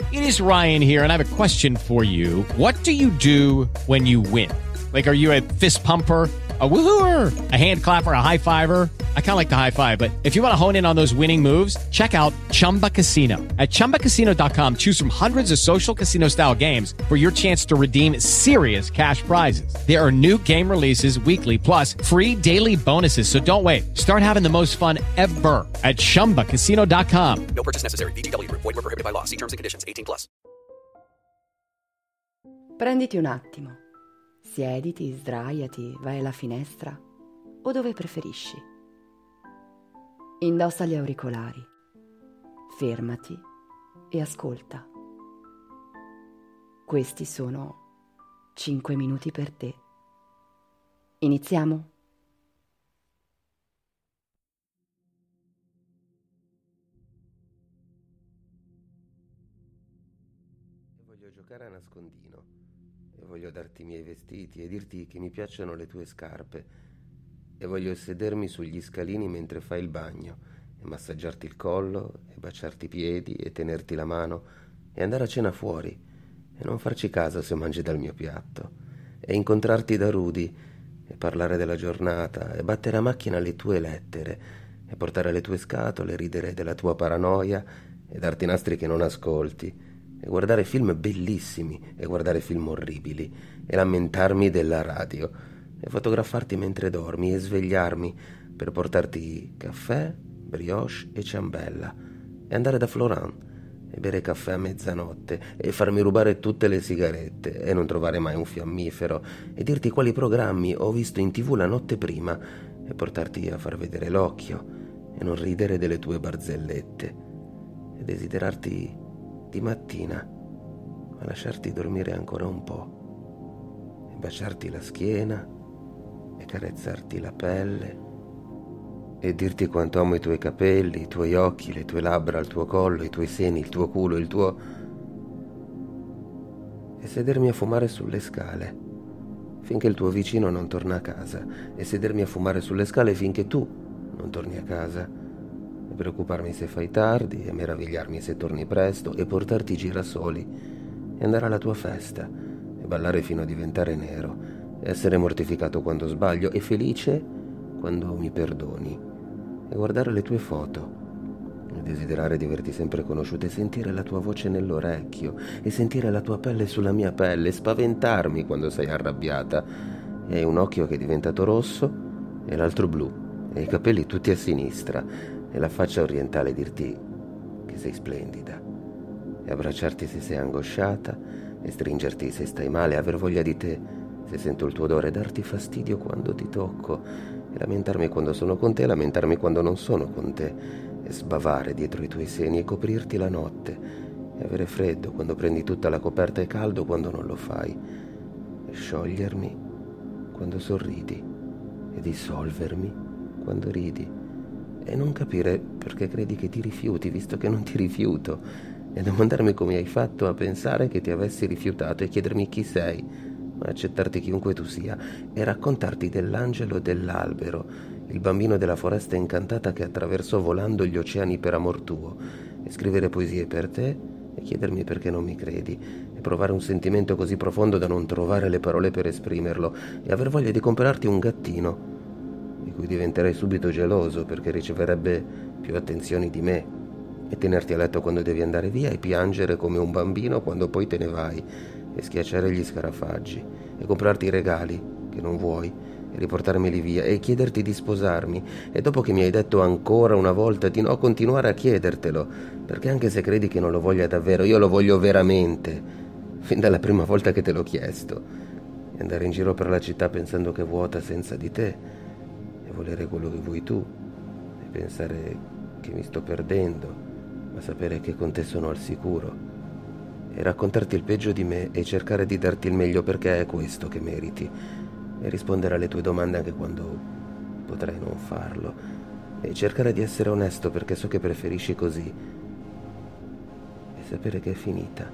It is Ryan here, and I have a question for you. What do you do when you win? Like, are you a fist pumper, a woohooer, a hand clapper, a high fiver? I kind of like the high five, but if you want to hone in on those winning moves, check out Chumba Casino. At ChumbaCasino.com, choose from hundreds of social casino style games for your chance to redeem serious cash prizes. There are new game releases weekly, plus free daily bonuses. So don't wait. Start having the most fun ever at ChumbaCasino.com. No purchase necessary. VGW Group. Void where prohibited by law. See terms and conditions. 18+. Prenditi un attimo. Siediti, sdraiati, vai alla finestra o dove preferisci. Indossa gli auricolari. Fermati e ascolta. Questi sono 5 minuti per te. Iniziamo? Voglio giocare a nascondino e voglio darti i miei vestiti e dirti che mi piacciono le tue scarpe e voglio sedermi sugli scalini mentre fai il bagno e massaggiarti il collo e baciarti i piedi e tenerti la mano e andare a cena fuori e non farci caso se mangi dal mio piatto e incontrarti da Rudy e parlare della giornata e battere a macchina le tue lettere e portare le tue scatole, ridere della tua paranoia e darti nastri che non ascolti e guardare film bellissimi e guardare film orribili e lamentarmi della radio e fotografarti mentre dormi e svegliarmi per portarti caffè, brioche e ciambella e andare da Florent e bere caffè a mezzanotte e farmi rubare tutte le sigarette e non trovare mai un fiammifero e dirti quali programmi ho visto in TV la notte prima e portarti a far vedere l'occhio e non ridere delle tue barzellette e desiderarti di mattina, ma lasciarti dormire ancora un po' e baciarti la schiena e carezzarti la pelle e dirti quanto amo i tuoi capelli, i tuoi occhi, le tue labbra, il tuo collo, i tuoi seni, il tuo culo, il tuo... e sedermi a fumare sulle scale finché il tuo vicino non torna a casa e sedermi a fumare sulle scale finché tu non torni a casa e preoccuparmi se fai tardi e meravigliarmi se torni presto e portarti i girasoli e andare alla tua festa e ballare fino a diventare nero e essere mortificato quando sbaglio e felice quando mi perdoni e guardare le tue foto e desiderare di averti sempre conosciuto e sentire la tua voce nell'orecchio e sentire la tua pelle sulla mia pelle e spaventarmi quando sei arrabbiata e hai un occhio che è diventato rosso e l'altro blu e i capelli tutti a sinistra e la faccia orientale dirti che sei splendida e abbracciarti se sei angosciata e stringerti se stai male e aver voglia di te se sento il tuo odore e darti fastidio quando ti tocco e lamentarmi quando sono con te e lamentarmi quando non sono con te e sbavare dietro i tuoi seni e coprirti la notte e avere freddo quando prendi tutta la coperta e caldo quando non lo fai e sciogliermi quando sorridi e dissolvermi quando ridi e non capire perché credi che ti rifiuti visto che non ti rifiuto e domandarmi come hai fatto a pensare che ti avessi rifiutato e chiedermi chi sei ma accettarti chiunque tu sia e raccontarti dell'angelo dell'albero il bambino della foresta incantata che attraversò volando gli oceani per amor tuo e scrivere poesie per te e chiedermi perché non mi credi e provare un sentimento così profondo da non trovare le parole per esprimerlo e aver voglia di comprarti un gattino di cui diventerei subito geloso perché riceverebbe più attenzioni di me e tenerti a letto quando devi andare via e piangere come un bambino quando poi te ne vai e schiacciare gli scarafaggi e comprarti i regali che non vuoi e riportarmeli via e chiederti di sposarmi e dopo che mi hai detto ancora una volta di no continuare a chiedertelo perché anche se credi che non lo voglia davvero io lo voglio veramente fin dalla prima volta che te l'ho chiesto e andare in giro per la città pensando che è vuota senza di te e volere quello che vuoi tu e pensare che mi sto perdendo ma sapere che con te sono al sicuro e raccontarti il peggio di me e cercare di darti il meglio perché è questo che meriti e rispondere alle tue domande anche quando potrei non farlo e cercare di essere onesto perché so che preferisci così e sapere che è finita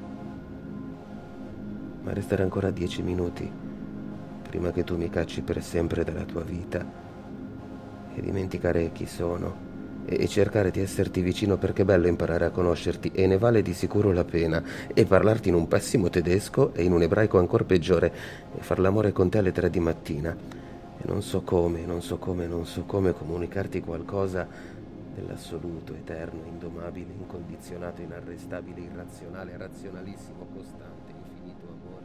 ma restare ancora 10 minuti prima che tu mi cacci per sempre dalla tua vita e dimenticare chi sono e cercare di esserti vicino, perché è bello imparare a conoscerti e ne vale di sicuro la pena, e parlarti in un pessimo tedesco e in un ebraico ancora peggiore e far l'amore con te alle 3 di mattina. E non so come comunicarti qualcosa dell'assoluto, eterno, indomabile, incondizionato, inarrestabile, irrazionale, razionalissimo, costante, infinito amore.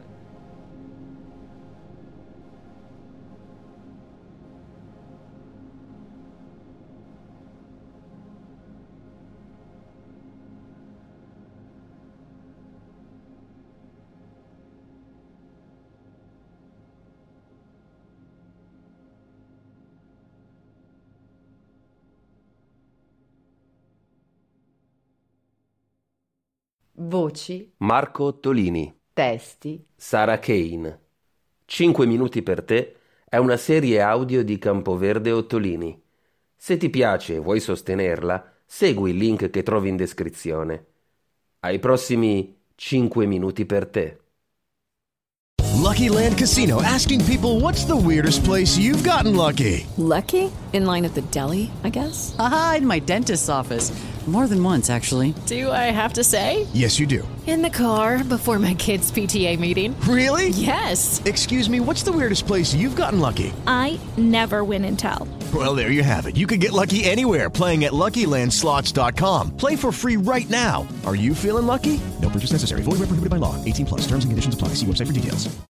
Voci, Marco Ottolini, testi, Sara Kane. 5 minuti per te è una serie audio di Campoverde Ottolini. Se ti piace e vuoi sostenerla, segui il link che trovi in descrizione. Ai prossimi 5 minuti per te. Lucky Land Casino, asking people, what's the weirdest place you've gotten lucky? Lucky? In line at the deli, I guess? Aha, in my dentist's office. More than once, actually. Do I have to say? Yes, you do. In the car before my kids' PTA meeting. Really? Yes. Excuse me, what's the weirdest place you've gotten lucky? I never win and tell. Well, there you have it. You can get lucky anywhere, playing at LuckyLandSlots.com. Play for free right now. Are you feeling lucky? No purchase necessary. Void where prohibited by law. 18+. Terms and conditions apply. See website for details.